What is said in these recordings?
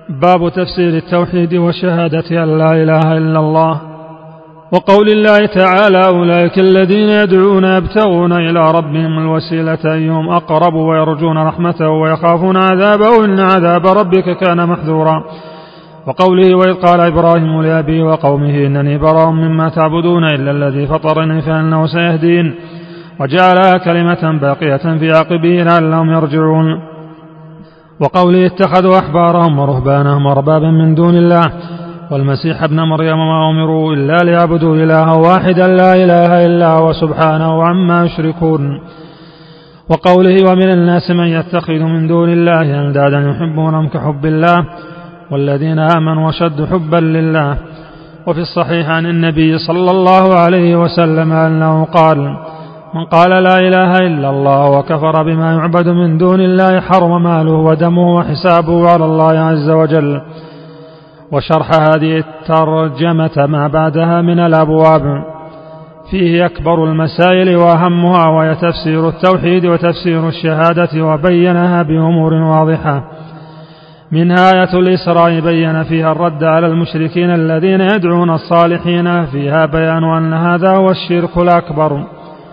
باب تفسير التوحيد وشهادة أن لا إله إلا الله. وقول الله تعالى: أولئك الذين يدعون يبتغون إلى ربهم الوسيلة أيهم أقرب ويرجون رحمته ويخافون عذابه إن عذاب ربك كان محذورا. وقوله: وإذ قال إبراهيم لأبيه وقومه إنني براء مما تعبدون إلا الذي فطرني فإنه سيهدين، وجعلها كلمة باقية في عقبه لعلهم يرجعون. وقوله: اتخذوا أحبارهم ورهبانهم أربابا من دون الله والمسيح ابن مريم ما أمروا إلا ليعبدوا إلها واحدا لا إله إلا هو سبحانه عما يشركون. وقوله: ومن الناس من يتخذ من دون الله أندادا يحبونهم كحب الله والذين آمنوا أشد حبا لله. وفي الصحيح عن النبي صلى الله عليه وسلم أنه قال: من قال لا إله إلا الله وكفر بما يعبد من دون الله حرم ماله ودمه وحسابه على الله عز وجل. وشرح هذه الترجمة ما بعدها من الأبواب فيه أكبر المسائل وأهمها، وهي تفسير التوحيد وتفسير الشهادة، وبينها بأمور واضحة. منها آية الإسراء بين فيها الرد على المشركين الذين يدعون الصالحين، فيها بيان أن هذا هو الشرك الأكبر.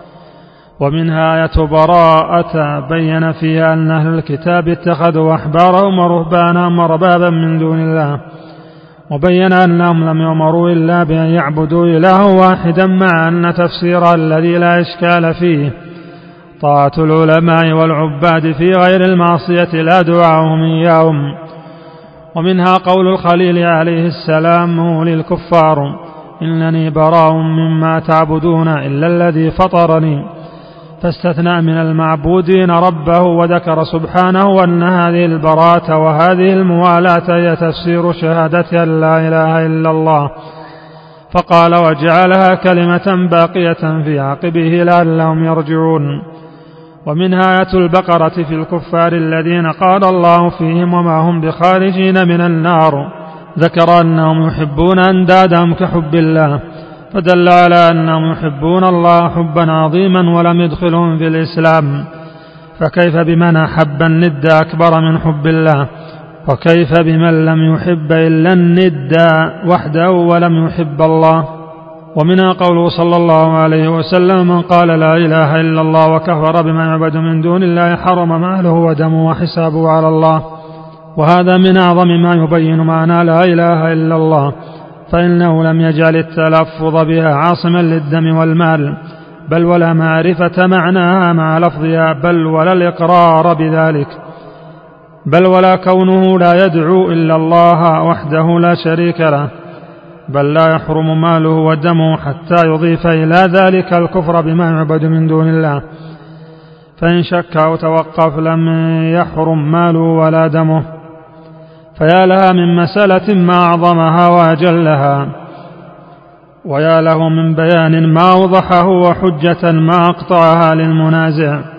ومنها آية براءة بين فيها أن أهل الكتاب اتخذوا أحبارهم ورهبانهم أربابا من دون الله، وبين أنهم لم يؤمروا إلا بأن يعبدوا إلها واحدا، مع أن تفسير الذي لا إشكال فيه طاعة العلماء والعباد في غير المعصية لا دعاهم إياهم. ومنها قول الخليل عليه السلام للكفار: إنني براء مما تعبدون إلا الذي فطرني، فاستثنى من المعبودين ربه، وذكر سبحانه أن هذه البراءة وهذه الموالاة هي تفسير شهادة أن لا إله إلا الله، فقال: وجعلها كلمة باقية في عقبه لعلهم يرجعون. ومنها آية البقرة في الكفار الذين قال الله فيهم وما هم بخارجين من النار، ذكر أنهم يحبون أندادهم كحب الله، فدل على أنهم يحبون الله حبا عظيما ولم يدخلهم في الإسلام، فكيف بمن أحب الند أكبر من حب الله؟ وكيف بمن لم يحب إلا الند وحده ولم يحب الله؟ ومنها قوله صلى الله عليه وسلم: من قال لا إله إلا الله وكفر بما يعبد من دون الله حرم ماله ودمه وحسابه على الله. وهذا من أعظم ما يبين معنى لا إله إلا الله، فإنه لم يجعل التلفظ بها عاصما للدم والمال، بل ولا معرفة معناها مع لفظها، بل ولا الإقرار بذلك، بل ولا كونه لا يدعو إلا الله وحده لا شريك له، بل لا يحرم ماله ودمه حتى يضيف إلى ذلك الكفر بما يعبد من دون الله، فإن شك أو توقف لم يحرم ماله ولا دمه. فيا لها من مسألة ما أعظمها وأجلها، ويا له من بيان ما أوضحه وحجة ما أقطعها للمنازع.